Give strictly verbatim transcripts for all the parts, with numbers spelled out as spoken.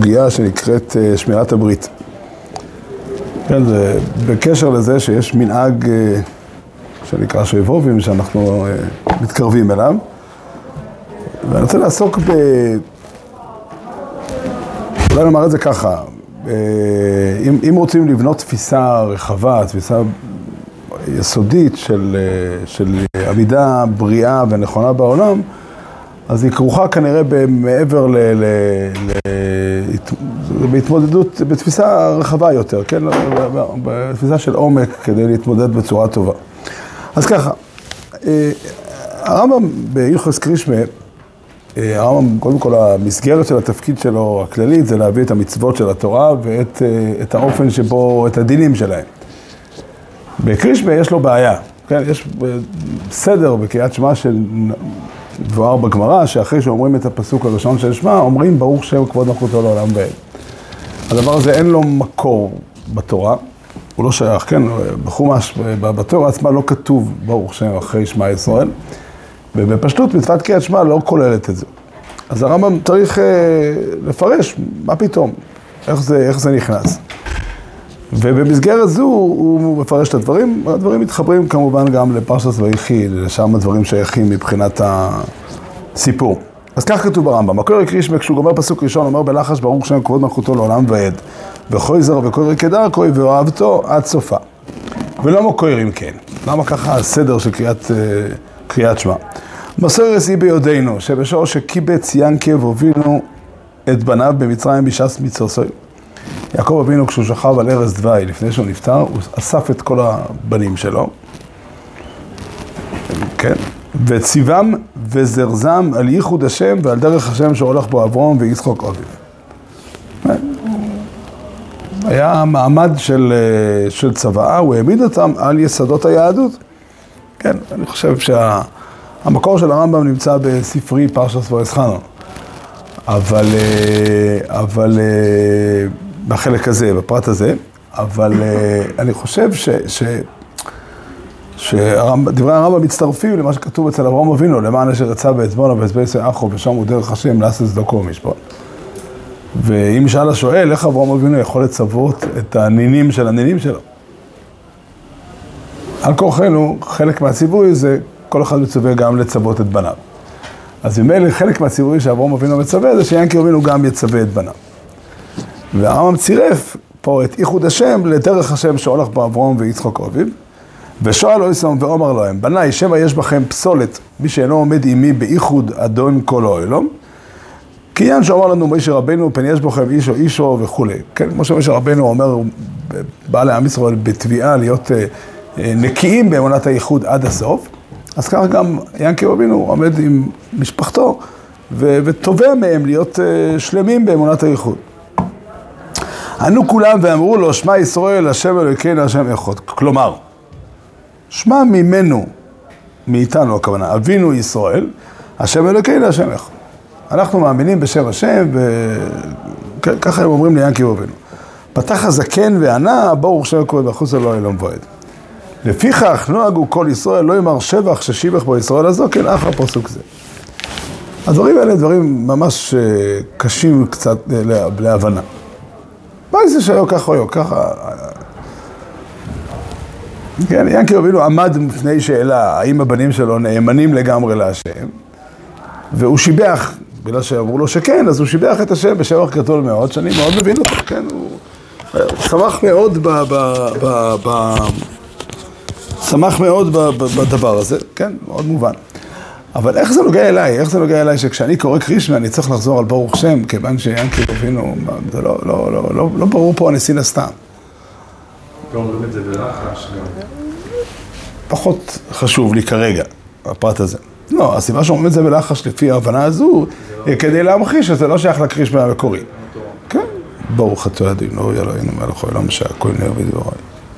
סוגיה שנקראת שמירת הברית. כן, זה בקשר לזה שיש מנהג שנקרא שובבים שאנחנו מתקרבים אליו. ואני רוצה לעסוק ב... אולי נאמר את זה ככה, אם, אם רוצים לבנות תפיסה רחבה, תפיסה יסודית של, של עמידה בריאה ונכונה בעולם, אז היא כרוכה כנראה מעבר ל... ל, ל בהתמודדות, בתפיסה רחבה יותר, כן? בתפיסה של עומק כדי להתמודד בצורה טובה. אז ככה, הרמב"ם בהלכות קרישמה, הרמב"ם, קודם כל המסגרת של התפקיד שלו הכללית זה להביא את המצוות של התורה ואת את האופן שבו, את הדינים שלהם. בקרישמה יש לו בעיה, כן? יש סדר בקריאת שמע שמבואר בגמרא, שאחרי שאומרים את הפסוק הראשון של שמע, אומרים ברוך שם כבוד מלכותו לעולם ועד. הדבר הזה אין לו מקור בתורה, הוא לא שייך, כן? בחומש, בתורה עצמה לא כתוב ברוך שם אחרי שמע ישראל, ובפשטות מצוות קריאת שמע לא כוללת את זה. אז הרמב"ם צריך אה, לפרש, מה פתאום, איך זה, איך זה נכנס. ובמסגרת זו הוא מפרש את הדברים, הדברים מתחברים כמובן גם לפרשת ויחי, לשם הדברים שייכים מבחינת הסיפור. אז כך כתוב ברמב"ם, הקורא קרישמה כשהוא גומר פסוק ראשון אומר בלחש ברוך שם כבוד מלכותו לעולם ועד, וכל זר וקורא כדרכו ואוהבתו עד סופה. ולמה קוראים כן? למה ככה הסדר של קריאת, קריאת שמע? מסורת היא ביודענו, שבשור שקיבץ ינקב הובילו את בניו במצרים בשעת מצרים. יעקב אבינו כשהוא שכב על ערש דווי לפני שהוא נפטר, הוא אסף את כל הבנים שלו, כן? וציבם וזרזם על ייחוד השם ועל דרך השם שהולך בו אברהם ויצחק אביו. היה מעמד של, של צבאה, הוא העמיד אותם על יסודות היהדות. כן, אני חושב שהמקור של הרמב"ם נמצא בספרי פרשת ואסחנון. אבל, אבל, בחלק הזה, בפרט הזה, אבל אני חושב ש, ש, שדברי הרמב"ם מצטרפים למה שכתוב אצל אברהם אבינו, למען אשר יצא בעצבון ובעצבי אחו, ושם הוא דרך השם לעשות צדקו ומשפט. ואם שאל השואל, איך אברהם אבינו יכול לצוות את הנינים של הנינים שלו? על כורחנו, חלק מהציווי זה כל אחד מצווה גם לצוות את בניו. אז ממילא חלק מהציווי שאברהם אבינו מצווה זה שיעקב אבינו גם יצווה את בניו. והרמב"ם צירף פה את ייחוד השם לדרך השם שהולך בו אברהם ויצחק אביו, ושואל לו יסום ואומר להם, בניי שמא יש בכם פסולת, מי שאינו עומד עימי בייחוד אדון כל העולם, כי עניין שאומר לנו משה רבנו, פן יש בכם אישו אישו וכו'. כן, כמו שמשה רבנו אומר, בא לעם ישראל בתביעה להיות נקיים באמונת הייחוד עד הסוף, אז כך גם יעקב אבינו עומד עם משפחתו, ותובע מהם להיות שלמים באמונת הייחוד. ענו כולם ואמרו לו, שמע ישראל, השם אלוהינו, השם אחד. כלומר, שמע ממנו, מאיתנו הכוונה, אבינו ישראל, השם אלוהינו, השם אחד. אנחנו מאמינים בשם השם, וככה הם אומרים ליעקב אבינו. פתח הזקן וענה, ברוך שם כבוד מלכותו לעולם ועד. לפיכך נוהגו כל ישראל, לא יאמר שבח ששיבח בו ישראל הזו, כן אחר פסוק זה. הדברים האלה דברים ממש קשים קצת להבנה. מה זה שהיו ככה או ככה? כן, יעקב אבינו עמד בפני שאלה, האם הבנים שלו נאמנים לגמרי להשם, והוא שיבח, בגלל שאמרו לו שכן, אז הוא שיבח את השם בשבח גדול מאוד, שאני מאוד מבין אותו, כן? הוא שמח מאוד ב... ב, ב, ב שמח מאוד בדבר הזה, כן? מאוד מובן. אבל איך זה נוגע אליי? איך זה נוגע אליי שכשאני קורא קרישמה אני צריך לחזור על ברוך שם, כיוון שיעקב אבינו, זה לא, לא, לא, לא, לא ברור פה הניסין הסתם. לא אומרים את זה בלחש גם. פחות חשוב לי כרגע, הפרט הזה. לא, הסיבה שאומרים את זה בלחש לפי ההבנה הזו, כדי להמחיש שזה לא שייך לקרישמה המקורי. כן? ברוך אתה אדוני, לא אלוהינו מלך העולם שהכל נר ודברי.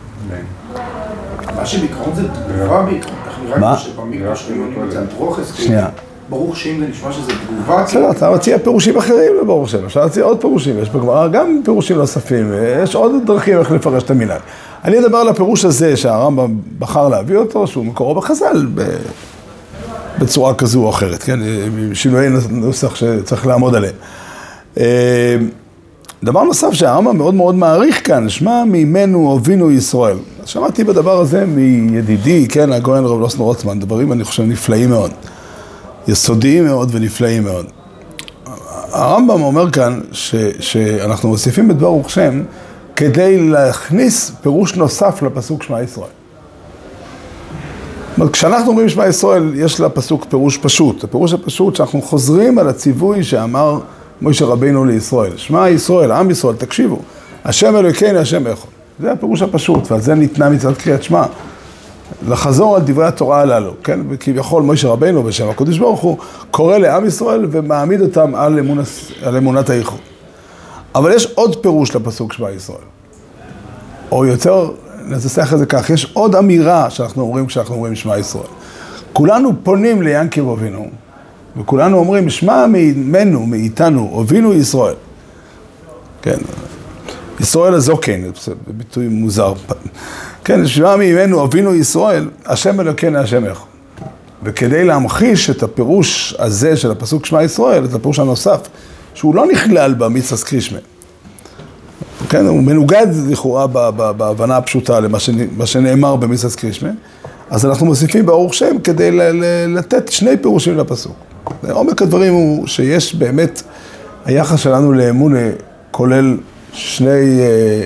מה שבעיקרון זה תגובה בעיקרון, כך נראה שבמקרא שמונים את זה אנטרוכס, ברוך שם זה נשמע שזה תגובה. בסדר, אתה מציע פירושים אחרים לברוך שם, אפשר להציע עוד פירושים, יש בגמרא גם פירושים נוספים, יש עוד דרכים איך לפרש את המנהג. אני אדבר על הפירוש הזה שהרמב"ם בחר להביא אותו, שהוא מקורו בחז"ל בצורה כזו או אחרת, כן? שינויי נוסח שצריך לעמוד עליהם. דבר נוסף שהרמב"ם מאוד מאוד מעריך כאן, שמע ממנו הובינו ישראל. שמעתי בדבר הזה מידידי, כן, הגאון רב לוסן רוטמן, דברים אני חושב נפלאים מאוד, יסודיים מאוד ונפלאים מאוד. הרמב"ם אומר כאן ש, שאנחנו מוסיפים את ברוך שם כדי להכניס פירוש נוסף לפסוק שמע ישראל. כשאנחנו אומרים שמע ישראל, יש לפסוק פירוש פשוט. הפירוש הפשוט שאנחנו חוזרים על הציווי שאמר משה רבינו לישראל. שמע ישראל, עם ישראל, תקשיבו, השם אלוהינו, השם אחד. זה הפירוש הפשוט, ועל זה ניתנה מצוות קריאת שמע. לחזור על דברי התורה הללו, כן? וכביכול משה רבינו בשם הקדוש ברוך הוא קורא לעם ישראל ומעמיד אותם על, אמונת, על אמונת הייחוד. אבל יש עוד פירוש לפסוק שמע ישראל. או יותר, ננסח את זה כך, יש עוד אמירה שאנחנו אומרים כשאנחנו אומרים שמע ישראל. כולנו פונים ליעקב אבינו, וכולנו אומרים, שמע ממנו, מאיתנו, אבינו ישראל. כן, ישראל הזוקן, זה ביטוי מוזר. כן, שמע ממנו, אבינו ישראל, השם אלוקינו, השם אחד. וכדי להמחיש את הפירוש הזה של הפסוק שמע ישראל, את הפירוש הנוסף, שהוא לא נכלל במצווה קרישמה. כן, הוא מנוגד לכאורה בהבנה הפשוטה למה שנאמר במצווה קרישמה, אז אנחנו מוסיפים ברוך שם כדי לתת שני פירושים לפסוק. עומק הדברים הוא שיש באמת, היחס שלנו לאמונה כולל שני,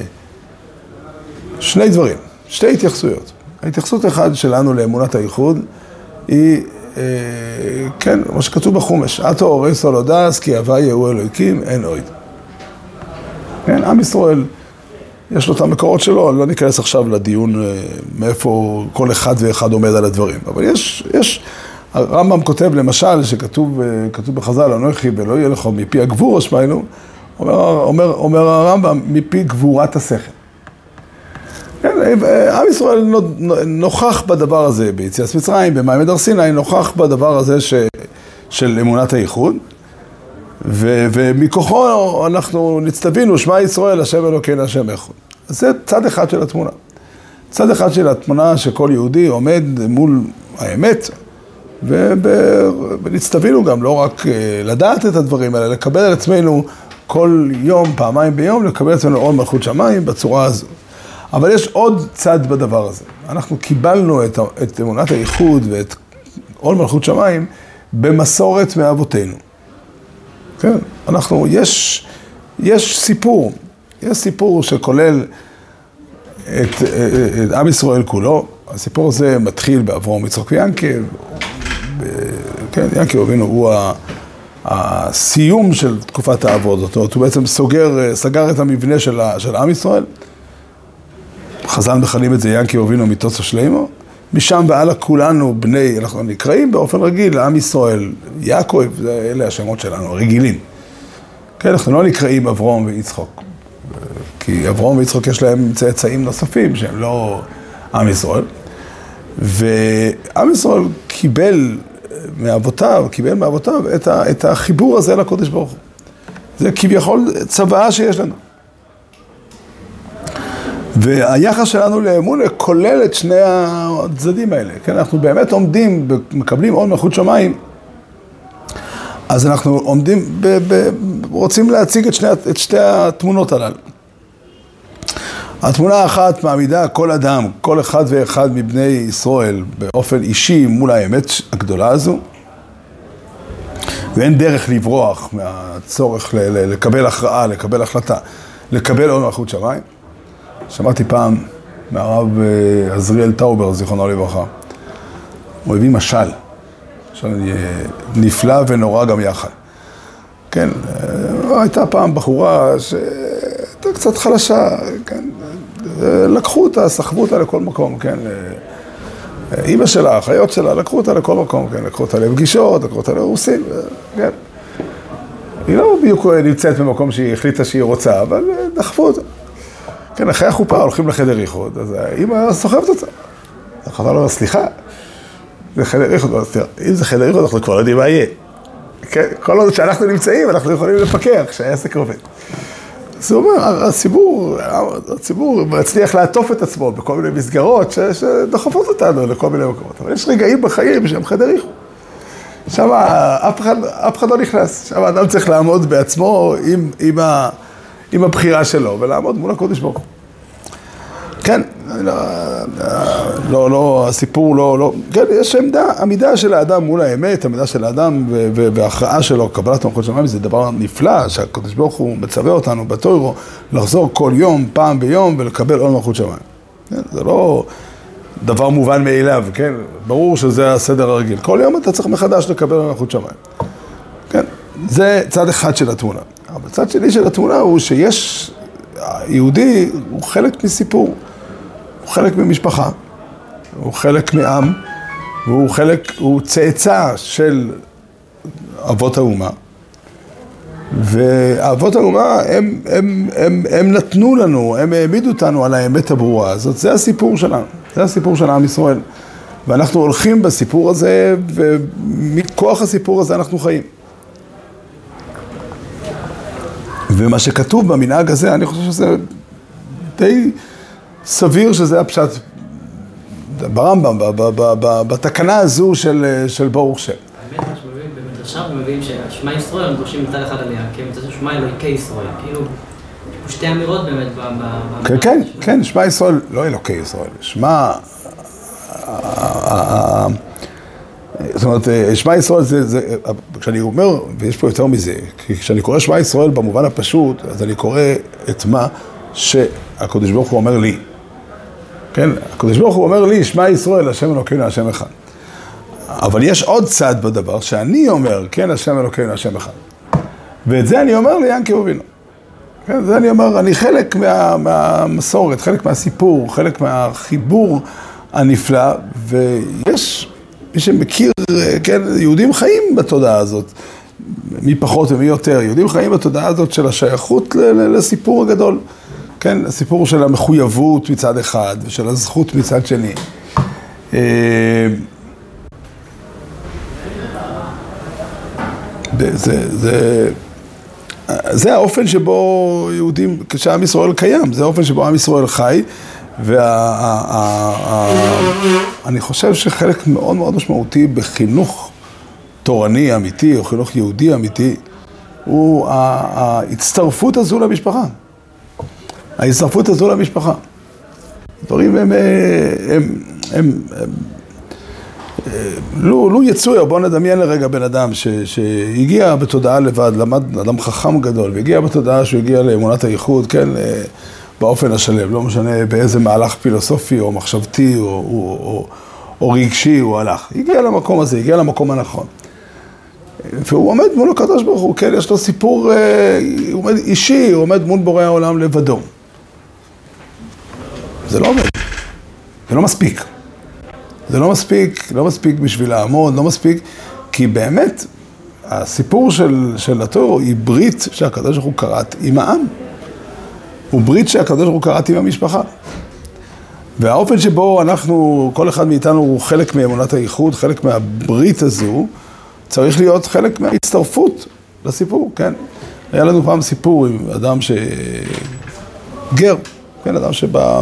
שני דברים, שתי התייחסויות. ההתייחסות אחד שלנו לאמונת הייחוד היא, כן, מה שכתוב בחומש, עתו הורי סולודס כי הווי הוא אלוהיקים, אין עוד. כן, עם ישראל, יש לו את המקורות שלו, לא ניכנס עכשיו לדיון מאיפה כל אחד ואחד עומד על הדברים, אבל יש, יש, הרמב"ם כותב למשל, שכתוב כתוב בחז"ל, אנוכי ולא יהיה לך מפי הגבור השמענו, אומר, אומר, אומר הרמב"ם, מפי גבורת השכל. כן, עם ישראל נוכח בדבר הזה, ביציאת מצרים, במעמד הר סיני, נוכח בדבר הזה ש, של אמונת הייחוד, ו, ומכוחו אנחנו נצטווינו, שמע ישראל, השם אלוקינו, השם אחד. זה צד אחד של התמונה. צד אחד של התמונה שכל יהודי עומד מול האמת, ונצטווינו גם לא רק לדעת את הדברים, אלא לקבל על עצמנו כל יום, פעמיים ביום, לקבל על עצמנו עול מלכות שמיים בצורה הזו. אבל יש עוד צד בדבר הזה. אנחנו קיבלנו את, את אמונת הייחוד ואת עול מלכות שמיים במסורת מאבותינו. כן, אנחנו, יש, יש סיפור, יש סיפור שכולל את, את עם ישראל כולו. הסיפור הזה מתחיל באברהם, יצחק ויעקב. כן, יעקב אבינו הוא הסיום של תקופת האבות, זאת אומרת, הוא בעצם סוגר, סגר את המבנה של, של עם ישראל. חז"ל מכנים את זה יעקב אבינו מתוצא שלמה. משם והלאה כולנו בני, אנחנו נקראים באופן רגיל לעם ישראל. יעקב, אלה השמות שלנו, הרגילים. כן, אנחנו לא נקראים אברהם ויצחק. כי אברהם ויצחק יש להם צאצאים נוספים שהם לא עם ישראל. ועם ישראל קיבל מאבותיו, קיבל מאבותיו את, ה, את החיבור הזה לקודש ברוך הוא. זה כביכול צוואה שיש לנו. והיחס שלנו לאמונה כולל את שני הצדדים האלה. כן, אנחנו באמת עומדים, מקבלים עול מלכות שמיים, אז אנחנו עומדים, ב, ב, רוצים להציג את שני, את שתי התמונות הללו. התמונה האחת מעמידה כל אדם, כל אחד ואחד מבני ישראל באופן אישי מול האמת הגדולה הזו, ואין דרך לברוח מהצורך לקבל הכרעה, לקבל החלטה, לקבל עול מלכות שמיים. שמעתי פעם מהרב עזריאל טאובר, זיכרונו לברכה, הוא הביא משל, משל נפלא ונורא גם יחד. כן, הייתה פעם בחורה שהייתה קצת חלשה, כן, לקחו אותה, סחבו אותה לכל מקום, כן, אמא שלה, האחיות שלה, לקחו אותה לכל מקום, כן, לקחו אותה לפגישות, לקחו אותה לרוסים, כן. היא לא בדיוק נמצאת במקום שהיא החליטה שהיא רוצה, אבל דחפו אותה. כן, אחרי החופה הולכים לחדר איחוד, אז האמא סוחבת אותה. החבר לא אומר, סליחה, זה חדר איחוד, אם זה חדר איחוד אנחנו כבר לא יודעים מה יהיה. כן, כל עוד שאנחנו נמצאים, אנחנו יכולים לפקח שהעסק עובד. אז הוא אומר, הציבור, הציבור מצליח לעטוף את עצמו בכל מיני מסגרות שדחפות אותנו לכל מיני מקומות. אבל יש רגעים בחיים שהם חדר איחוד. שם אף אחד, אף אחד לא נכנס. שם האדם צריך לעמוד בעצמו עם, עם, ה, עם הבחירה שלו, ולעמוד מול הקודש ברוך הוא. כן, לא, לא, לא, הסיפור לא, לא, כן, יש עמדה, עמידה של האדם מול האמת, עמידה של האדם וההכרעה שלו, קבלת מלכות שמיים, זה דבר נפלא, שהקדוש ברוך הוא מצווה אותנו בתורה, לחזור כל יום, פעם ביום, ולקבל עול מלכות שמיים. זה לא דבר מובן מאליו, כן? ברור שזה הסדר הרגיל. כל יום אתה צריך מחדש לקבל עול מלכות שמיים. כן, זה צד אחד של התמונה. אבל צד שני של התמונה הוא שיש, היהודי הוא חלק מסיפור. הוא חלק ממשפחה, הוא חלק מעם, והוא חלק, הוא צאצא של אבות האומה. ואבות האומה, הם, הם, הם, הם נתנו לנו, הם העמידו אותנו על האמת הברורה הזאת. זה הסיפור שלנו, זה הסיפור של עם ישראל. ואנחנו הולכים בסיפור הזה, ומכוח הסיפור הזה אנחנו חיים. ומה שכתוב במנהג הזה, אני חושב שזה די סביר שזה הפשט ברמב"ם, בתקנה הזו של, של ברוך שם. האמת, מה שמביאים במדרשה, ומביאים ששמע ישראל, הם דורשים מצד אחד עליה, כי הם מצד שמע אלוקי ישראל, כאילו, יש פה שתי אמירות באמת. כן, כן, כן, שמע ישראל, לא אלוקי ישראל, שמע, זאת אומרת, שמע ישראל זה, כשאני אומר, ויש פה יותר מזה, כי כשאני קורא שמע ישראל במובן הפשוט, אז אני קורא את מה שהקדוש ברוך הוא אומר לי. כן, הקדוש ברוך הוא אומר לי, שמע ישראל, השם אלוקינו, השם אחד. אבל יש עוד צד בדבר שאני אומר, כן, השם אלוקינו, השם אחד. ואת זה אני אומר ליענקב אבינו. כן, זה אני אומר, אני חלק מה, מהמסורת, חלק מהסיפור, חלק מהחיבור הנפלא, ויש מי שמכיר, כן, יהודים חיים בתודעה הזאת, מי פחות ומי יותר, יהודים חיים בתודעה הזאת של השייכות לסיפור הגדול. כן, הסיפור של המחויבות מצד אחד, ושל הזכות מצד שני. זה, זה, זה האופן שבו יהודים, כשעם ישראל קיים, זה האופן שבו עם ישראל חי, ואני חושב שחלק מאוד מאוד משמעותי בחינוך תורני אמיתי, או חינוך יהודי אמיתי, הוא ההצטרפות הזו למשפחה. ההצטרפות הזו למשפחה. דברים הם, הם, הם, הם, לו, לו יצויר, בוא נדמיין לרגע בן אדם ש, שהגיע בתודעה לבד, למד אדם חכם גדול, והגיע בתודעה שהוא הגיע לאמונת הייחוד, כן, באופן השלם, לא משנה באיזה מהלך פילוסופי או מחשבתי או, או, או, או רגשי הוא הלך. הגיע למקום הזה, הגיע למקום הנכון. והוא עומד מול הקדוש ברוך הוא, כן, יש לו סיפור הוא עומד אישי, הוא עומד מול בורא העולם לבדו. זה לא עומד, זה לא מספיק. זה לא מספיק, לא מספיק בשביל לעמוד, לא מספיק, כי באמת הסיפור של, של התורה היא ברית שהקדוש ברוך הוא קראת עם העם. הוא ברית שהקדוש ברוך הוא קראת עם המשפחה. והאופן שבו אנחנו, כל אחד מאיתנו הוא חלק מאמונת הייחוד, חלק מהברית הזו, צריך להיות חלק מההצטרפות לסיפור, כן? היה לנו פעם סיפור עם אדם שגר, כן, אדם שבא,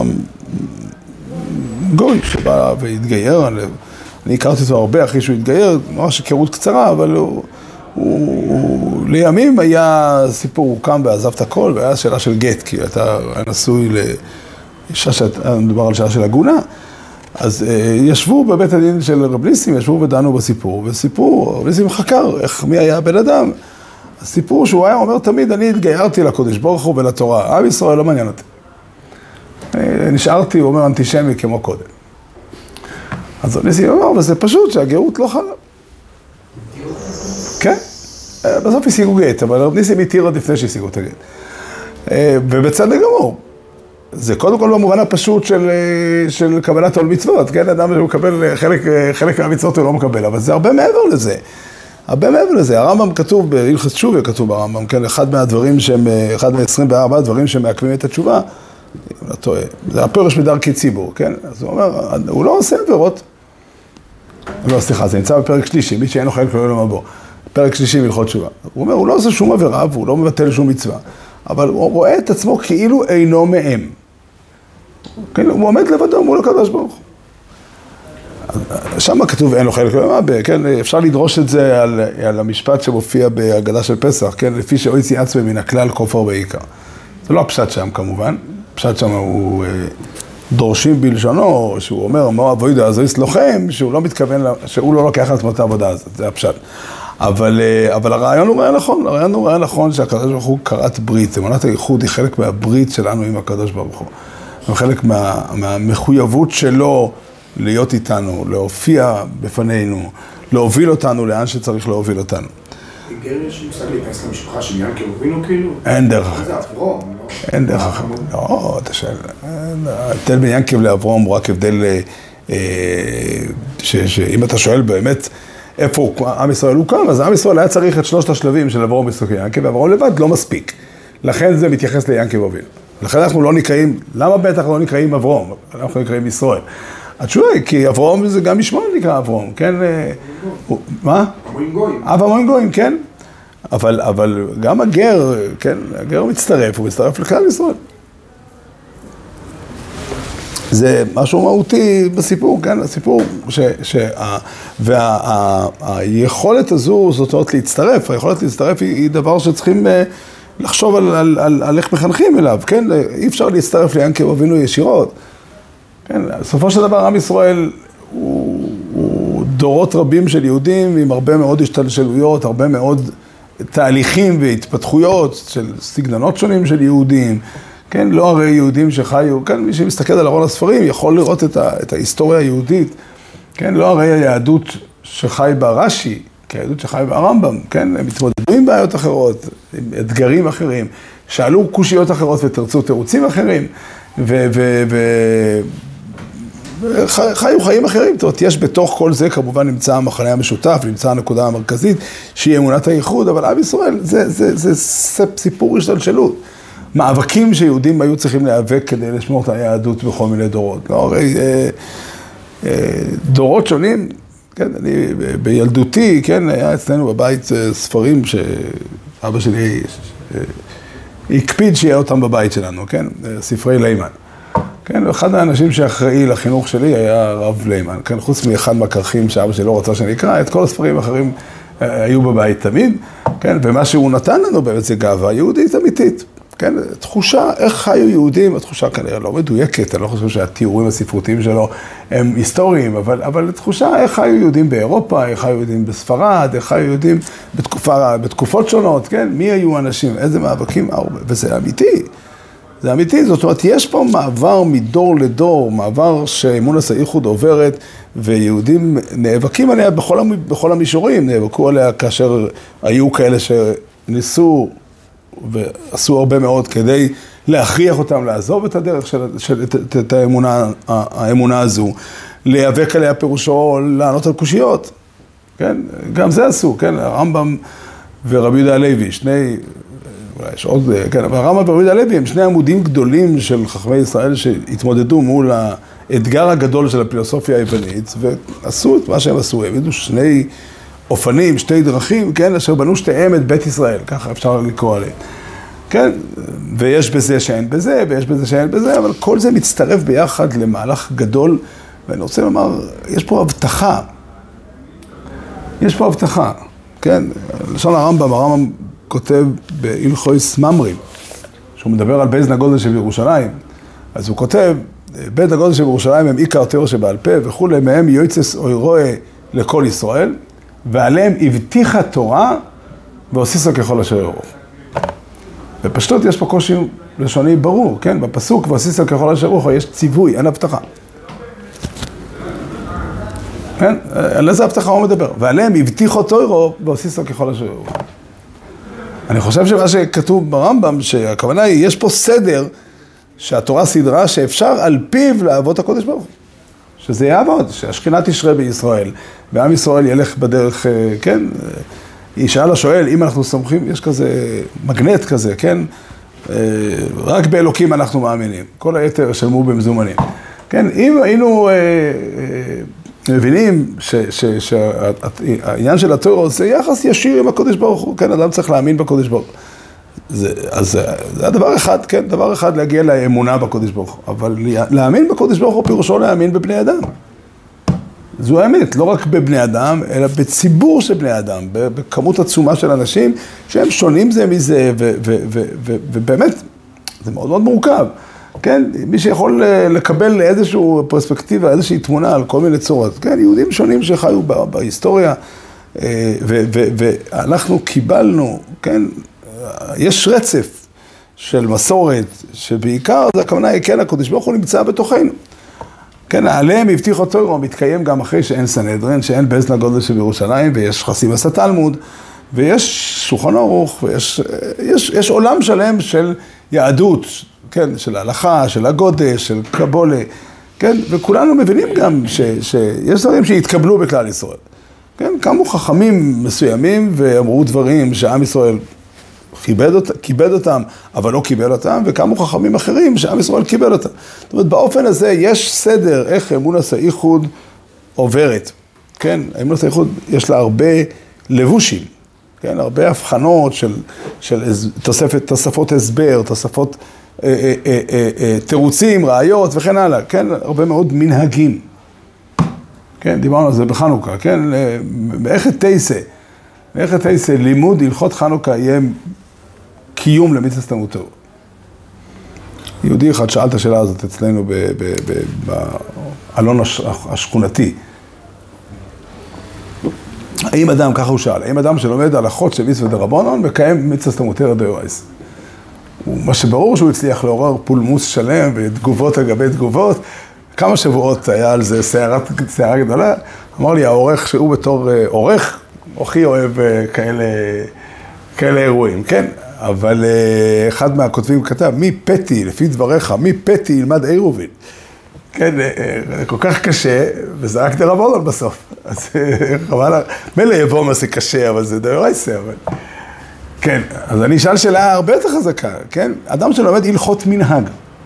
גוי, שבא והתגייר, אני הכרתי אותו הרבה אחרי שהוא התגייר, ממש היכרות קצרה, אבל הוא, הוא, הוא לימים היה סיפור, הוא קם ועזב את הכל, והיה שאלה של גט, כי אתה נשוי לאישה, מדובר על שאלה של הגונה, אז ישבו בבית הדין של רב ניסים, ישבו ודנו בסיפור, וסיפור, רב ניסים חקר איך, מי היה הבן אדם. הסיפור שהוא היה אומר תמיד, אני התגיירתי לקודש ברוך הוא ולתורה, עם ישראל לא מעניין אותי. נשארתי, הוא אומר, אנטישמי כמו קודם. אז רב ניסים אומר, וזה פשוט שהגרות לא חלה. כן? בסוף השיגו גט, אבל רב ניסים התיר עוד לפני שהשיגו את הגט. ובצדק גמור. זה קודם כל במובן הפשוט של, של קבלת עול מצוות, כן? אדם שהוא מקבל, חלק, חלק מהמצוות הוא לא מקבל, אבל זה הרבה מעבר לזה. הרבה מעבר לזה. הרמב"ם כתוב, בהלכות תשובה כתוב ברמב"ם, כן? אחד מהדברים שהם, אחד מ-עשרים וארבעה דברים שמעכבים את התשובה, אם לא טועה, זה הפרש בדרכי ציבור, כן? אז הוא אומר, הוא לא עושה עבירות. לא, סליחה, זה נמצא בפרק שלישי, מי שאין לו חלק לא יהיה לו מבוא. פרק שלישי בהלכות תשובה. הוא אומר, הוא לא עושה שום עבירה, והוא לא מבטל שום מצווה. אבל הוא רואה את עצמו כאילו אינו מהם. כן, הוא עומד לבדו מול הקדוש ברוך הוא. שם כתוב אין לו חלק, כן, אפשר לדרוש את זה על, על המשפט שמופיע בהגדה של פסח, כן, לפי שאוי צייץ מן הכלל כופר בעיקר. זה לא הפשט שם כמובן, הפשט שם הוא דורשים בלשונו, שהוא אומר, מה אבוידו הזויס לוחם, שהוא לא מתכוון, שהוא לא לוקח על עצמו את העבודה הזאת, זה הפשט. אבל, אבל הרעיון הוא רעיון נכון, הרעיון הוא רעיון נכון שהקדוש ברוך הוא קראת ברית, אמונת הייחוד היא חלק מהברית שלנו עם הקדוש ברוך הוא. הוא חלק מה, מהמחויבות שלו להיות איתנו, להופיע בפנינו, להוביל אותנו לאן שצריך להוביל אותנו. גר יש מושג להיכנס למשפחה של ינקל אבינו כאילו? אין דרך אחרת. זה אברום, לא? אין דרך אחרת. לא, אתה שואל. ההבדל בין ינקל לאברום הוא רק הבדל שאם אתה שואל באמת איפה עם ישראל הוא קם, אז עם ישראל היה צריך את שלושת השלבים של אברום בסוג ינקל, ואברום לבד לא מספיק. לכן זה מתייחס לינקל אבינו. לכן אנחנו לא נקראים, למה בטח לא נקראים אברום? אנחנו נקראים ישראל. התשובה היא, כי אברום זה גם משמעון נקרא אברום, כן? מה? המוים גויים. אב המוים גויים, כן? אבל, אבל גם הגר, כן? הגר מצטרף, הוא מצטרף לכלל ישראל. זה משהו מהותי בסיפור, כן? הסיפור ש... שה... והיכולת הזו, זאת אומרת להצטרף, היכולת להצטרף היא, היא דבר שצריכים לחשוב על, על, על, על איך מחנכים אליו, כן? אי אפשר להצטרף ליענקל אבינו ישירות. כן, בסופו של דבר עם ישראל הוא, הוא דורות רבים של יהודים עם הרבה מאוד השתלשלויות, הרבה מאוד תהליכים והתפתחויות של סגנונות שונים של יהודים, כן, לא הרי יהודים שחיו, כן, מי שמסתכל על ארון הספרים יכול לראות את, ה, את ההיסטוריה היהודית, כן, לא הרי היהדות שחי בה רש"י, כי היהדות שחי בה הרמב"ם, כן, הם התמודדו עם בעיות אחרות, עם אתגרים אחרים, שאלו קושיות אחרות ותרצו תירוצים אחרים, ו... ו, ו חיו חיים אחרים, זאת אומרת, יש בתוך כל זה כמובן נמצא המחנה המשותף, נמצא הנקודה המרכזית שהיא אמונת הייחוד, אבל עם ישראל זה, זה, זה, זה סיפור השתלשלות. מאבקים שיהודים היו צריכים להיאבק כדי לשמור את היהדות בכל מיני דורות. לא, הרי אה, אה, דורות שונים, כן, אני בילדותי, כן, היה אצלנו בבית ספרים שאבא שלי אה, הקפיד שיהיה אותם בבית שלנו, כן, ספרי לימן. כן, אחד האנשים שאחראי לחינוך שלי היה הרב ליימן, כן, חוץ מאחד מהכרכים שאבא שלי לא רצה שאני אקרא, את כל הספרים האחרים היו בבית תמיד, כן, ומה שהוא נתן לנו באמת זה גאווה יהודית אמיתית, כן, תחושה, איך חיו יהודים, התחושה כנראה לא מדויקת, אני לא חושב שהתיאורים הספרותיים שלו הם היסטוריים, אבל, אבל תחושה איך חיו יהודים באירופה, איך חיו יהודים בספרד, איך חיו יהודים בתקופה, בתקופות שונות, כן, מי היו אנשים, איזה מאבקים, וזה אמיתי. זה אמיתי, זאת אומרת, יש פה מעבר מדור לדור, מעבר שאמונת הייחוד עוברת, ויהודים נאבקים עליה בכל, בכל המישורים, נאבקו עליה כאשר היו כאלה שניסו ועשו הרבה מאוד כדי להכריח אותם לעזוב את הדרך של, של את, את האמונה, האמונה הזו, להיאבק עליה פירושו לענות על קושיות, כן? גם זה עשו, כן? הרמב"ם ורבי יהודה הלוי, שני... אולי יש עוד, כן, אבל הרמב"ם ורבי יהודה הלוי הם שני עמודים גדולים של חכמי ישראל שהתמודדו מול האתגר הגדול של הפילוסופיה היוונית, ועשו את מה שהם עשו, הם ידעו שני אופנים, שתי דרכים, כן, אשר בנו שתיהם את בית ישראל, ככה אפשר לקרוא עליהם. כן, ויש בזה שאין בזה, ויש בזה שאין בזה, אבל כל זה מצטרף ביחד למהלך גדול, ואני רוצה לומר, יש פה הבטחה, יש פה הבטחה, כן, לשון הרמב"ם, הרמב"ם כותב בהלכות ממרים, שהוא מדבר על בית הגודל שבירושלים, אז הוא כותב, בית הגודל שבירושלים הם עיקר תורה שבעל פה וכולי, מהם יועצס אוירוה לכל ישראל, ועליהם הבטיחה תורה והוסיסו ככל אשר יאור. בפשטות יש פה קושי לשוני ברור, כן? בפסוק והוסיסו ככל אשר יאור יש ציווי, אין הבטחה. כן? על איזה הבטחה הוא מדבר? ועליהם הבטיחו תורה והוסיסו ככל אשר יאור. אני חושב שמה שכתוב ברמב"ם, שהכוונה היא, יש פה סדר שהתורה סדרה שאפשר על פיו לעבוד הקודש ברוך הוא. שזה יעבוד, שהשכינה תשרה בישראל, ועם ישראל ילך בדרך, כן? ישאל השואל, אם אנחנו סומכים, יש כזה מגנט כזה, כן? רק באלוקים אנחנו מאמינים. כל היתר שלמו במזומנים. כן? אם היינו מבינים שהעניין של התורה זה יחס ישיר עם הקודש ברוך הוא, כן? אדם צריך להאמין בקודש ברוך הוא. זה, אז זה הדבר אחד, כן? דבר אחד להגיע לאמונה בקודש ברוך הוא, אבל להאמין בקודש ברוך הוא פירושו להאמין בבני אדם. זו האמת, לא רק בבני אדם, אלא בציבור של בני אדם, בכמות עצומה של אנשים שהם שונים זה מזה, ו- ו- ו- ו- ובאמת זה מאוד מאוד מורכב. כן, מי שיכול לקבל איזושהי פרספקטיבה, איזושהי תמונה על כל מיני צורות. כן, יהודים שונים שחיו בהיסטוריה, ואנחנו קיבלנו, כן, יש רצף של מסורת, שבעיקר זה הכוונה היא, כן, הקדוש ברוך הוא נמצא בתוכנו. כן, עליהם הבטיח אותו, הוא מתקיים גם אחרי שאין סנהדרין, שאין בית הגודל שבירושלים, ויש חסימת התלמוד, ויש שולחן ערוך, ויש יש, יש עולם שלם של יהדות, כן, של ההלכה, של הגודש, של קבולה, כן, וכולנו מבינים גם ש, שיש דברים שהתקבלו בכלל ישראל. כן, קמו חכמים מסוימים ואמרו דברים שעם ישראל כיבד, אות, כיבד אותם, אבל לא קיבל אותם, וקמו חכמים אחרים שעם ישראל קיבל אותם. זאת אומרת, באופן הזה יש סדר איך אמונת הייחוד עוברת. כן, אמונת הייחוד יש לה הרבה לבושים, כן, הרבה הבחנות של, של תוספת, תוספות הסבר, תוספות אה, אה, אה, אה, אה, תירוצים, ראיות וכן הלאה. כן, הרבה מאוד מנהגים. כן, דיברנו על זה בחנוכה, כן, מאיך תייסה, מאיך תייסה, לימוד הלכות חנוכה יהיה קיום למצוות תלמוד תורה. יהודי אחד שאל את השאלה הזאת אצלנו באלון השכונתי. האם אדם, ככה הוא שאל, האם אדם שלומד הלכות של מצוות דרבנן מקיים מצוות תלמוד תורה דאורייתא? מה שברור שהוא הצליח לעורר פולמוס שלם ותגובות לגבי תגובות, כמה שבועות היה על זה סערת, סערה גדולה, אמר לי העורך שהוא בתור עורך, הכי אוהב כאלה, כאלה אירועים, כן? אבל אחד מהכותבים כתב, מי פתי, לפי דבריך, מי פתי ילמד עירובין. כן, כל כך קשה, וזה רק דרבנן בסוף. אז חבל, מילא יבוא מה זה קשה, אבל זה דאורייתא, אבל... כן, אז אני אשאל שאלה הרבה יותר חזקה, כן? אדם שלומד הלכות מנהג.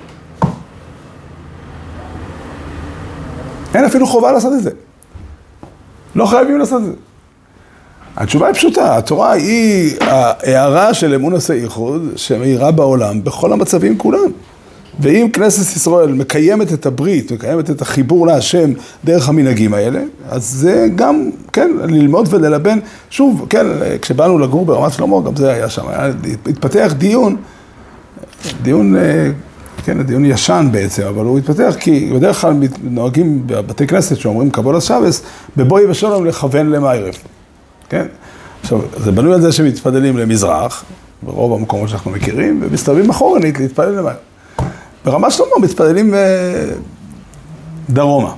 אין אפילו חובה לעשות את זה. לא חייבים לעשות את זה. התשובה היא פשוטה, התורה היא ההערה של אמונת הייחוד שמאירה בעולם בכל המצבים כולם. ואם כנסת ישראל מקיימת את הברית, מקיימת את החיבור להשם דרך המנהגים האלה, אז זה גם, כן, ללמוד וללבן. שוב, כן, כשבאנו לגור ברמת שלמה, גם זה היה שם. היה, התפתח דיון, דיון... כן, הדיון ישן בעצם, אבל הוא התפתח כי בדרך כלל נוהגים בבתי כנסת שאומרים קבולת שבס, בבואי ושלום לכוון למערב. כן? עכשיו, זה בנוי על זה שמתפללים למזרח, ברוב המקומות שאנחנו מכירים, ומסתובבים אחורנית להתפלל למערב. ברמת שלמה מתפללים דרומה.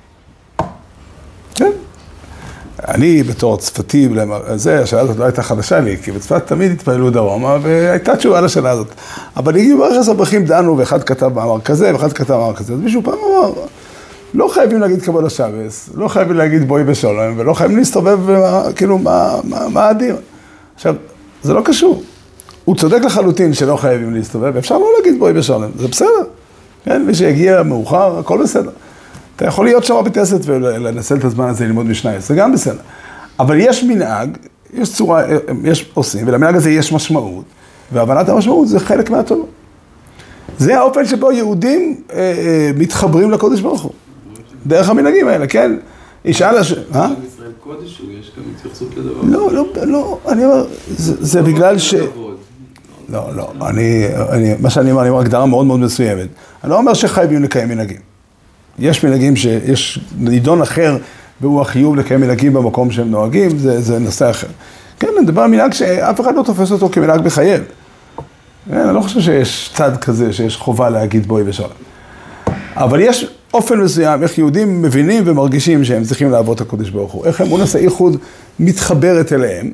כן? אני בתור צפתי, זה, השאלה הזאת לא הייתה חדשה לי, כי בצפת תמיד התפללו דרומה, והייתה תשובה לשאלה הזאת. אבל הגיעו ברכס הברכים דנו, ואחד כתב מאמר כזה, ואחד כתב מאמר כזה. אז מישהו פעם אמר, לא חייבים להגיד קבולת שבס, לא חייבים להגיד בואי בשלום, ולא חייבים להסתובב, כאילו, מה, מה, מה הדין? עכשיו, זה לא קשור. הוא צודק לחלוטין שלא חייבים להסתובב, אפשר לא להגיד בואי בשלום, זה בסדר. כן, מי שיגיע מאוחר, הכל בסדר. אתה יכול להיות שם בבית כנסת ולנסל את הזמן הזה ללמוד משנה, זה גם בסדר. אבל יש מנהג, יש צורה, יש עושים, ולמנהג הזה יש משמעות, והבנת המשמעות זה חלק מהתורה. זה האופן שבו יהודים אה, אה, מתחברים לקודש ברוך הוא. דרך המנהגים האלה, כן? ישאל הש... אה? ישראל קודש, יש גם התייחסות לדבר. לא, לא, לא, אני אומר, זה, זה בגלל ש... לא, לא, אני, אני, מה שאני אומר, אני אומר, הגדרה מאוד מאוד מסוימת. אני לא אומר שחייבים לקיים מנהגים. יש מנהגים שיש נידון אחר, והוא החיוב לקיים מנהגים במקום שהם נוהגים, זה, זה נושא אחר. כן, אני מדבר על מנהג שאף אחד לא תופס אותו כמנהג בחייב. אני לא חושב שיש צד כזה, שיש חובה להגיד בואי ושלום. אבל יש אופן מסוים, איך יהודים מבינים ומרגישים שהם צריכים לעבוד את הקודש ברוך הוא. איך אמונת הייחוד מתחברת אליהם,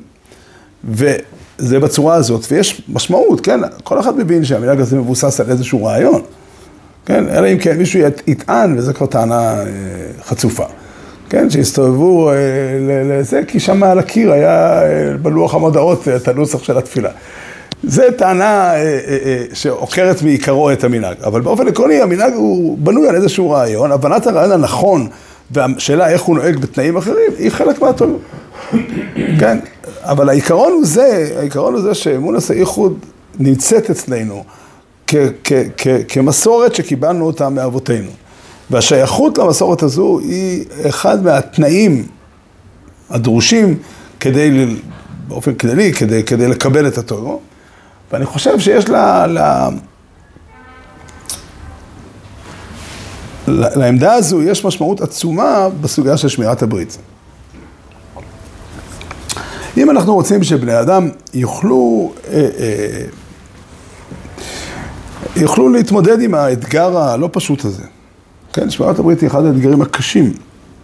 וזה בצורה הזאת, ויש משמעות, כן? כל אחד מבין שהמנהג הזה מבוסס על איזשהו רעיון. כן? אלא אם כן מישהו יטען, וזו כבר טענה חצופה. כן? שהסתובבו לזה, כי שם על הקיר היה בלוח המודעות את הנוסח של התפילה. זה טענה שעוקרת מעיקרו את המנהג. אבל באופן עקרוני, המנהג הוא בנוי על איזשהו רעיון, הבנת הרעיון הנכון, והשאלה איך הוא נוהג בתנאים אחרים, היא חלק מהתורה. כן? אבל העיקרון הוא זה, העיקרון הוא זה שאמונת הייחוד נמצאת אצלנו, כ- כ- כ- כמסורת שקיבלנו אותה מאבותינו. והשייכות למסורת הזו היא אחד מהתנאים הדרושים כדי, באופן כללי, כדי, כדי לקבל את התורה. ואני חושב שיש לה, לה, לעמדה הזו יש משמעות עצומה בסוגיה של שמירת הברית. אם אנחנו רוצים שבני אדם יוכלו, אה, אה, יוכלו להתמודד עם האתגר הלא פשוט הזה, כן, שמירת הברית היא אחד האתגרים הקשים.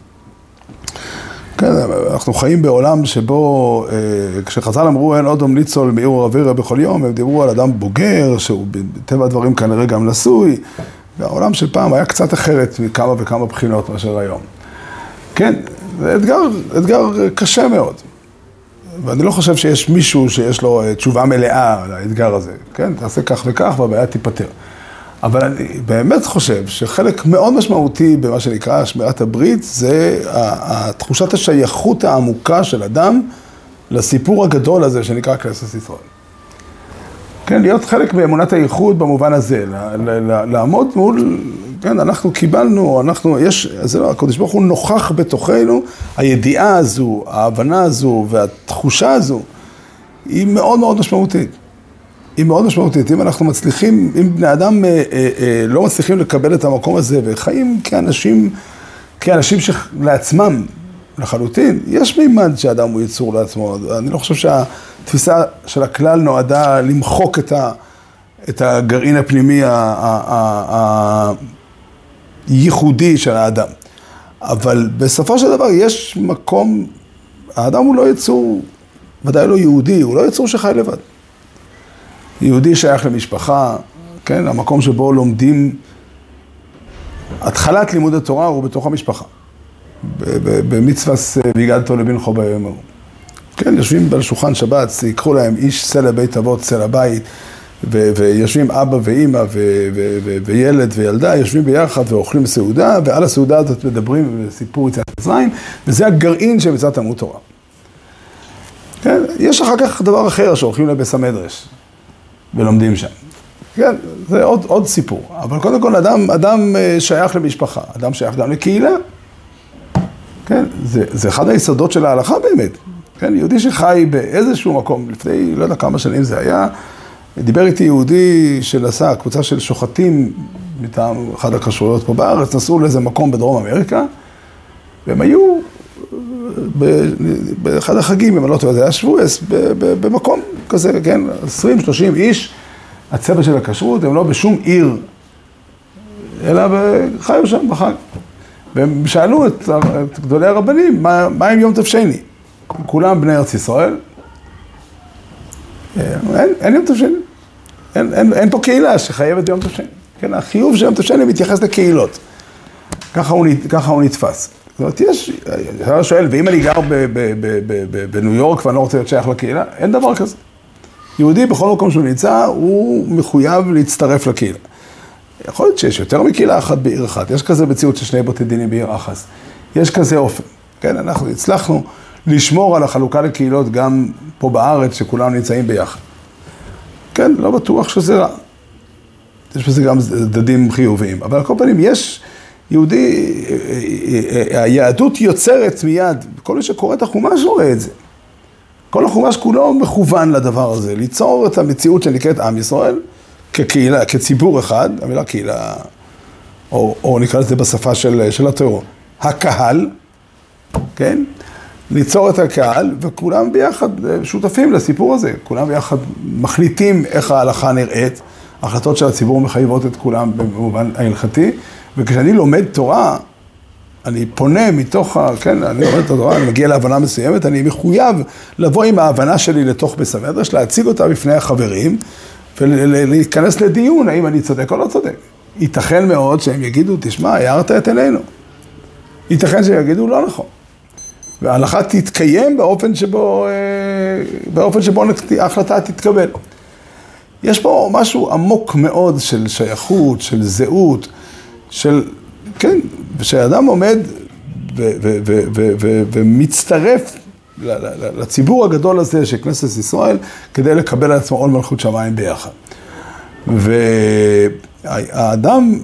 כן, אנחנו חיים בעולם שבו, אה, כשחז"ל אמרו אין עוד ניצול מעיר ורבירה בכל יום, הם דיברו על אדם בוגר, שהוא בטבע הדברים כנראה גם נשוי, והעולם של פעם היה קצת אחרת מכמה וכמה בחינות מאשר היום. כן, זה אתגר, אתגר קשה מאוד. ואני לא חושב שיש מישהו שיש לו תשובה מלאה לאתגר הזה, כן? תעשה כך וכך והבעיה תיפטר. אבל אני באמת חושב שחלק מאוד משמעותי במה שנקרא שמירת הברית, זה תחושת השייכות העמוקה של אדם לסיפור הגדול הזה שנקרא כנסת ישראל. כן, להיות חלק באמונת הייחוד במובן הזה, לעמוד מול, כן, אנחנו קיבלנו, אנחנו, יש, זה לא, הקדוש ברוך הוא נוכח בתוכנו, הידיעה הזו, ההבנה הזו והתחושה הזו, היא מאוד מאוד משמעותית. היא מאוד משמעותית. אם אנחנו מצליחים, אם בני אדם אה, אה, לא מצליחים לקבל את המקום הזה, וחיים כאנשים, כאנשים שלעצמם, לחלוטין, יש מימד שהאדם הוא יצור לעצמו. אני לא חושב שהתפיסה של הכלל נועדה למחוק את, ה, את הגרעין הפנימי הייחודי של האדם. אבל בסופו של דבר יש מקום, האדם הוא לא יצור, ודאי לא יהודי, הוא לא יצור שחי לבד. יהודי שייך למשפחה, כן, המקום שבו לומדים, התחלת לימוד התורה הוא בתוך המשפחה. במצוות והגדתו לבנך ביום ההוא. כן, יושבים בשולחן שבת, יקחו להם איש סלע בית אבות, סלע בית, ויושבים אבא ואמא וילד וילדה, יושבים ביחד ואוכלים סעודה, ועל הסעודה הזאת מדברים בסיפור יציאת מצרים, וזה הגרעין של מצוות תלמוד תורה. כן, יש אחר כך דבר אחר שהולכים לבית המדרש ולומדים שם. כן, זה עוד, עוד סיפור. אבל קודם כל, אדם, אדם שייך למשפחה, אדם שייך גם לקהילה. כן, זה, זה אחד היסודות של ההלכה באמת. כן, יהודי שחי באיזשהו מקום, לפני לא יודע כמה שנים זה היה, דיבר איתי יהודי שנסע, קבוצה של שוחטים מטעם אחד הכשרויות פה בארץ, נסעו לאיזה מקום בדרום אמריקה, והם היו באחד החגים, אם אני לא טועה, זה היה שבועס, במקום כזה, כן, עשרים שלושים איש, הצבע של הכשרות, הם לא בשום עיר, אלא חיו שם בחג. והם שאלו את, את גדולי הרבנים, מה, מה עם יום תפשני? כולם בני ארץ ישראל. אין, אין יום תפשני. אין, אין, אין פה קהילה שחייבת ביום תפשני. כן, החיוב של יום תפשני מתייחס לקהילות. ככה הוא, ככה הוא נתפס. זאת אומרת, יש, אתה שואל, ואם אני גר בניו יורק ואני לא רוצה להיות שייך לקהילה, אין דבר כזה. יהודי בכל מקום שהוא נמצא, הוא מחויב להצטרף לקהילה. יכול להיות שיש יותר מקהילה אחת בעיר אחת, יש כזה מציאות של שני בתי דינים בעיר אחת. יש כזה אופן. כן, אנחנו הצלחנו לשמור על החלוקה לקהילות גם פה בארץ, שכולנו נמצאים ביחד. כן, לא בטוח שזה רע. יש בזה גם דדים חיוביים. אבל על כל פנים, יש יהודי, היהדות יוצרת מיד, כל מי שקורא את החומש רואה את זה. כל החומש כולו מכוון לדבר הזה, ליצור את המציאות שנקראת עם ישראל, כקהילה, כציבור אחד, המילה קהילה, או, או נקרא לזה בשפה של, של התיאור, הקהל, כן? ליצור את הקהל, וכולם ביחד שותפים לסיפור הזה, כולם ביחד מחליטים איך ההלכה נראית, ההחלטות של הציבור מחייבות את כולם במובן ההלכתי, וכשאני לומד תורה, אני פונה מתוך, כן, אני לומד את התורה, אני מגיע להבנה מסוימת, אני מחויב לבוא עם ההבנה שלי לתוך בית המדרש, להציג אותה בפני החברים, ולהיכנס לדיון, האם אני צודק או לא צודק. ייתכן מאוד שהם יגידו, תשמע, הערת את עינינו. ייתכן שהם יגידו, לא נכון. וההלכה תתקיים באופן שבו, באופן שבו ההחלטה תתקבל. יש פה משהו עמוק מאוד של שייכות, של זהות, של, כן, ושאדם עומד ו- ו- ו- ו- ו- ומצטרף לציבור הגדול הזה של כנסת ישראל, כדי לקבל על עצמו עול מלכות שמיים ביחד. והאדם,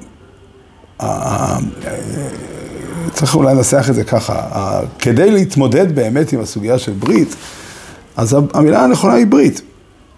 צריך אולי לנסח את זה ככה, כדי להתמודד באמת עם הסוגיה של ברית, אז המילה הנכונה היא ברית.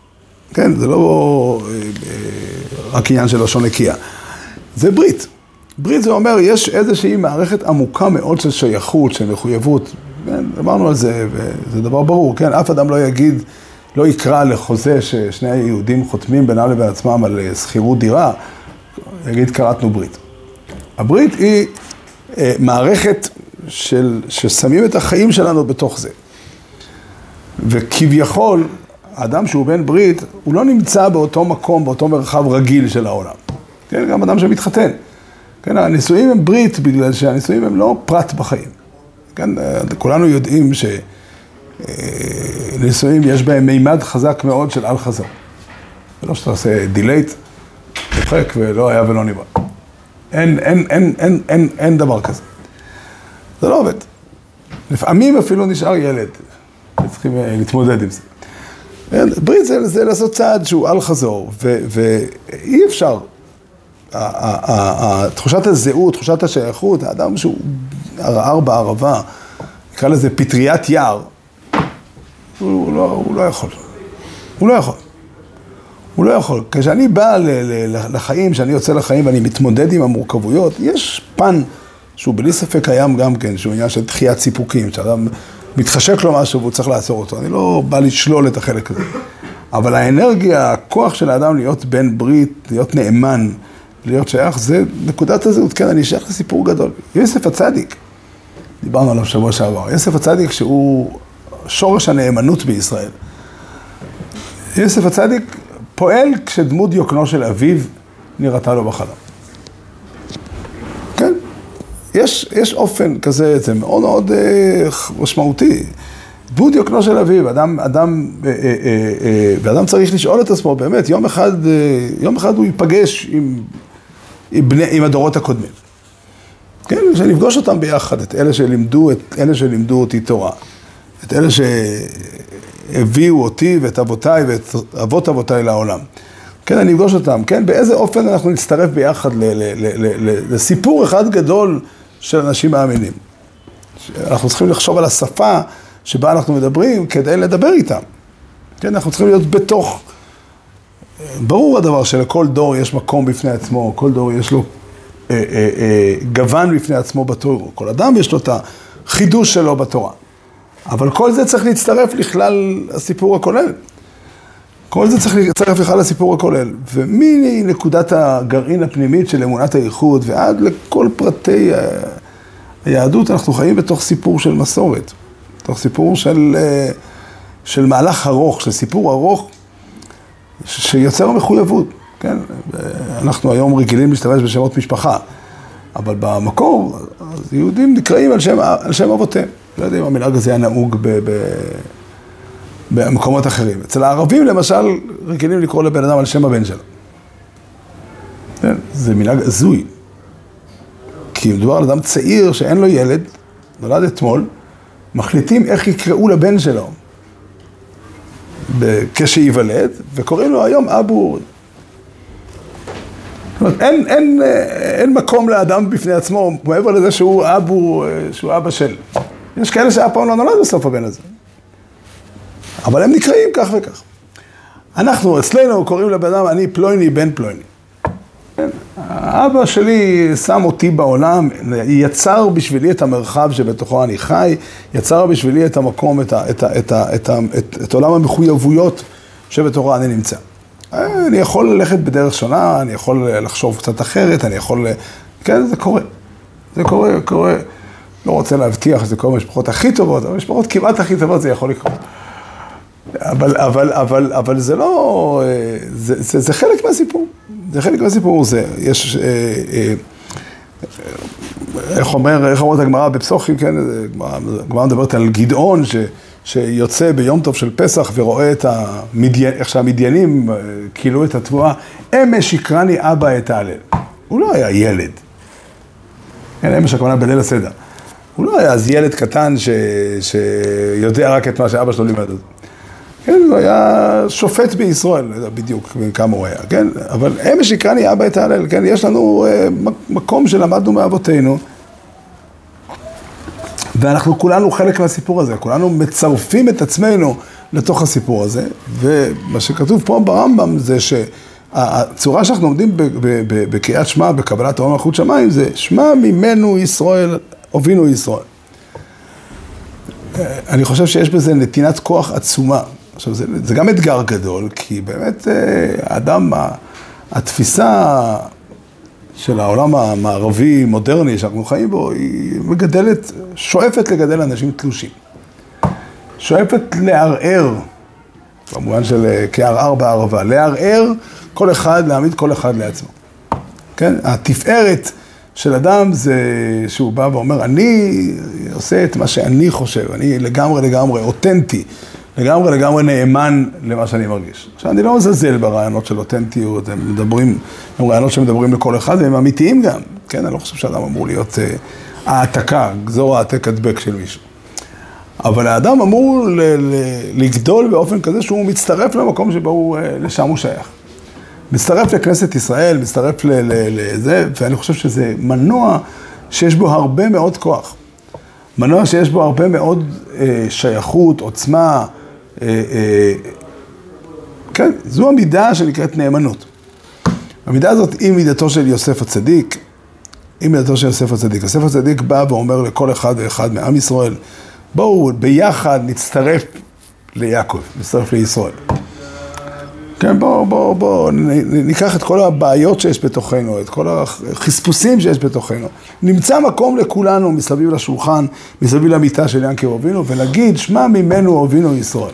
כן, זה לא רק עניין של לשון נקייה. זה ברית. ברית זה אומר, יש איזושהי מערכת עמוקה מאוד של שייכות, של מחויבות. כן, אמרנו על זה, וזה דבר ברור, כן? אף אדם לא יגיד, לא יקרא לחוזה ששני היהודים חותמים בינם לבין עצמם על שכירות דירה, יגיד, קראתנו ברית. הברית היא אה, מערכת של, ששמים את החיים שלנו בתוך זה. וכביכול, האדם שהוא בן ברית, הוא לא נמצא באותו מקום, באותו מרחב רגיל של העולם. כן, גם אדם שמתחתן. כן, הנישואים הם ברית בגלל שהנישואים הם לא פרט בחיים. כן, כולנו יודעים שנישואים יש בהם מימד חזק מאוד של אל חזור. זה לא שאתה עושה דילייט, תוחק ולא היה ולא נברא. אין, אין, אין, אין, אין, אין דבר כזה. זה לא עובד. לפעמים אפילו נשאר ילד. צריכים להתמודד עם זה. ברית זה, זה לעשות צעד שהוא אל חזור, ו, ואי אפשר. תחושת הזהות, תחושת השייכות, האדם שהוא ערער בערבה, נקרא לזה פטריית יער, הוא לא, הוא לא יכול. הוא לא יכול. הוא לא יכול. כשאני בא לחיים, כשאני יוצא לחיים ואני מתמודד עם המורכבויות, יש פן שהוא בלי ספק קיים גם כן, שהוא עניין של דחיית סיפוקים, שאדם מתחשק לו משהו והוא צריך לעצור אותו. אני לא בא לשלול את החלק הזה. אבל האנרגיה, הכוח של האדם להיות בן ברית, להיות נאמן, להיות שייך, זה נקודת הזהות. כן, אני שייך לסיפור גדול. יוסף הצדיק, דיברנו עליו שבוע שעבר, יוסף הצדיק שהוא שורש הנאמנות בישראל. יוסף הצדיק פועל כשדמות דיוקנו של אביו נראתה לו בחלום. כן, יש, יש אופן כזה, זה מאוד מאוד אה, משמעותי. דמות דיוקנו של אביו, אדם, אדם, אה, אה, אה, ואדם צריך לשאול את עצמו, באמת, יום אחד, אה, יום אחד הוא ייפגש עם, עם, בני, עם הדורות הקודמים. כן, שנפגוש אותם ביחד, את אלה שלימדו, את אלה שלימדו אותי תורה, את אלה שהביאו אותי ואת אבותיי ואת אבות אבותיי לעולם. כן, אני אפגוש אותם, כן, באיזה אופן אנחנו נצטרף ביחד ל- ל- ל- ל- לסיפור אחד גדול של אנשים מאמינים. אנחנו צריכים לחשוב על השפה שבה אנחנו מדברים כדי לדבר איתם. כן, אנחנו צריכים להיות בתוך, ברור הדבר שלכל דור יש מקום בפני עצמו, כל דור יש לו אה, אה, אה, גוון בפני עצמו בתורה, כל אדם יש לו את החידוש שלו בתורה. אבל כל זה צריך להצטרף לכלל הסיפור הכולל. כל זה צריך להצטרף לכלל הסיפור הכולל. ומנקודת הגרעין הפנימית של אמונת הייחוד ועד לכל פרטי היהדות, אנחנו חיים בתוך סיפור של מסורת. בתוך סיפור של, של מהלך ארוך, של סיפור ארוך שיוצר מחויבות. כן? אנחנו היום רגילים להשתמש בשמות משפחה, אבל במקור, אז יהודים נקראים על שם, על שם אבותיהם. לא יודע אם המנהג הזה היה נהוג ב, ב, במקומות אחרים. אצל הערבים למשל רגילים לקרוא לבן אדם על שם הבן שלו. כן? זה מנהג הזוי. כי מדובר על אדם צעיר שאין לו ילד, נולד אתמול, מחליטים איך יקראו לבן שלו כשייוולד, וקוראים לו היום אבו אורי. זאת אומרת, אין, אין, אין מקום לאדם בפני עצמו, מעבר לזה שהוא אבו, שהוא אבא של. יש כאלה שאף פעם לא נולד בסוף הבן הזה. אבל הם נקראים כך וכך. אנחנו, אצלנו, קוראים לבן אדם, אני פלויני, בן פלויני. כן? האבא שלי שם אותי בעולם, יצר בשבילי את המרחב שבתוכו אני חי, יצר בשבילי את המקום, את, ה, את, ה, את, ה, את, ה, את, את עולם המחויבויות שבתוכו אני נמצא. אני יכול ללכת בדרך שונה, אני יכול לחשוב קצת אחרת, אני יכול... כן, זה קורה. זה קורה, קורה. לא רוצה להבטיח שזה קורה במשפחות הכי טובות, אבל משפחות כמעט הכי טובות זה יכול לקרות. אבל, אבל, אבל, אבל זה לא... זה, זה, זה חלק מהסיפור. זה חלק מהסיפור. זה, יש... איך אומר, איך אומרת הגמרא בפסוחים, כן? הגמרא מדברת על גדעון ש... שיוצא ביום טוב של פסח ורואה את המדיין, איך שהמדיינים קילו את התבואה, אמש יקרני אבא את ההלל. הוא לא היה ילד. כן, אמש הכוונה בליל הסדר. הוא לא היה אז ילד קטן ש... שיודע רק את מה שאבא שלו לימד. כן, הוא היה שופט בישראל, לא יודע בדיוק כמה הוא היה, כן? אבל אמש יקרני אבא את ההלל, כן? יש לנו מקום שלמדנו מאבותינו, ואנחנו כולנו חלק מהסיפור הזה, כולנו מצרפים את עצמנו לתוך הסיפור הזה, ומה שכתוב פה ברמב"ם זה הצורה שאנחנו עומדים בקריאת שמע, בקבלת תורה מלכות שמיים, זה שמע ממנו ישראל, הובינו ישראל. אני חושב שיש בזה נתינת כוח עצומה. עכשיו, זה, זה גם אתגר גדול, כי באמת האדם, התפיסה של העולם המערבי, מודרני, שאנחנו חיים בו, היא מגדלת, שואפת לגדל אנשים תלושים. שואפת לערער, במובן של כערער בערבה, לערער כל אחד, להעמיד כל אחד לעצמו. כן? התפארת של אדם זה שהוא בא ואומר, אני עושה את מה שאני חושב, אני לגמרי לגמרי אותנטי, לגמרי לגמרי נאמן למה שאני מרגיש. עכשיו, אני לא מזלזל ברעיונות של אותנטיות, הם מדברים, הם רעיונות שמדברים לכל אחד, והם אמיתיים גם. כן? אני לא חושב שאדם אמור להיות העתקה, גזור העתק הדבק של מישהו. אבל האדם אמור ל- ל- לגדול באופן כזה שהוא מצטרף למקום שבו הוא, לשם הוא שייך. מצטרף לכנסת ישראל, מצטרף ל- ל- לזה, ואני חושב שזה מנוע שיש בו הרבה מאוד כוח. מנוע שיש בו הרבה מאוד אה, שייכות, עוצמה, אה, אה, כן, זו המידה שנקראת נאמנות. המידה הזאת היא מידתו של יוסף הצדיק, היא מידתו של יוסף הצדיק. יוסף הצדיק בא ואומר לכל אחד ואחד מעם ישראל, בואו ביחד נצטרף ליעקב, נצטרף לישראל. כן, בואו, בואו, בואו, ניקח את כל הבעיות שיש בתוכנו, את כל החספוסים שיש בתוכנו. נמצא מקום לכולנו מסביב לשולחן, מסביב למיטה של ינקב אבינו, ונגיד, שמע ממנו אבינו ישראל.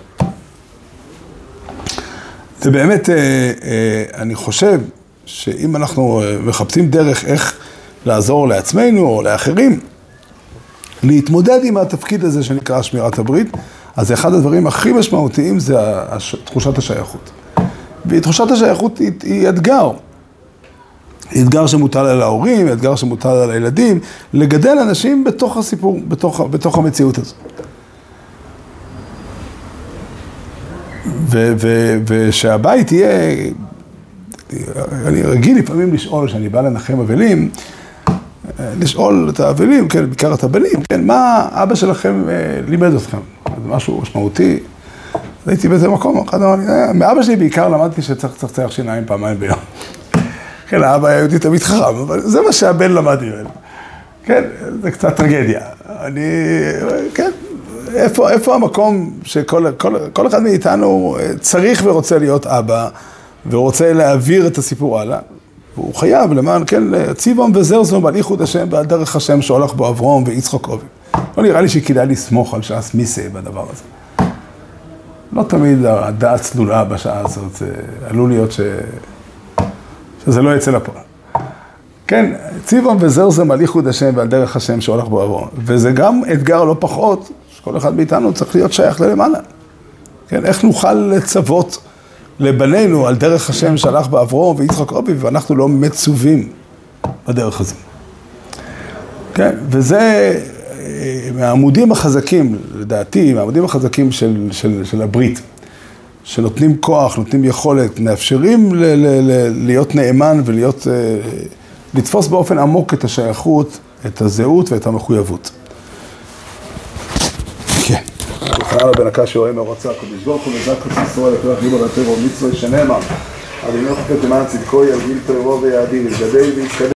זה באמת, אני חושב שאם אנחנו מחפשים דרך איך לעזור לעצמנו או לאחרים, להתמודד עם התפקיד הזה שנקרא שמירת הברית, אז אחד הדברים הכי משמעותיים זה תחושת השייכות. ותחושת השייכות היא, היא אתגר. היא אתגר שמוטל על ההורים, אתגר שמוטל על הילדים, לגדל אנשים בתוך הסיפור, בתוך, בתוך המציאות הזו. ו, ו, ושהבית יהיה, אני רגיל לפעמים לשאול, כשאני בא לנחם אבלים, לשאול את האבלים, כן, בעיקר את הבנים, כן, מה אבא שלכם לימד אתכם? זה משהו משמעותי. הייתי באיזה מקום, מאבא שלי בעיקר למדתי שצריך לצחצח שיניים פעמיים ביום. כן, האבא היה יהודי תמיד חכם, אבל זה מה שהבן למד ממנו. כן, זה קצת טרגדיה. אני, כן, איפה, איפה המקום שכל כל, כל אחד מאיתנו צריך ורוצה להיות אבא, ורוצה להעביר את הסיפור הלאה, והוא חייב למען, כן, ציוון וזרזון ועל ייחוד השם ועל דרך השם שהולך בו אברהם ויצחק אבי. לא נראה לי שכדאי לסמוך על ש"ס מיסה בדבר הזה. לא תמיד הדעת צלולה בשעה הזאת, עלול להיות ש... שזה לא יצא לפועל. כן, ציוון וזרזון על ייחוד השם ועל דרך השם שהולך בו אברהם. וזה גם אתגר לא פחות, שכל אחד מאיתנו צריך להיות שייך ללמעלה. כן, איך נוכל לצוות לבנינו על דרך השם שהלך באברהם ויצחק אבי, ואנחנו לא מצווים בדרך הזו. כן, וזה מהעמודים החזקים, לדעתי, מהעמודים החזקים של, של, של הברית, שנותנים כוח, נותנים יכולת, מאפשרים ל, ל, ל, להיות נאמן ולהיות, לתפוס באופן עמוק את השייכות, את הזהות ואת המחויבות. כן. חנן בן הקש יורה מרוצה, קודש ברוך הוא מזק את ישראל, לכוח ליבו לתרור מצווה שנאמר, אדינו חפת למען צדקו ילגיל תרור ויעדים, יתגדל ויתקדם.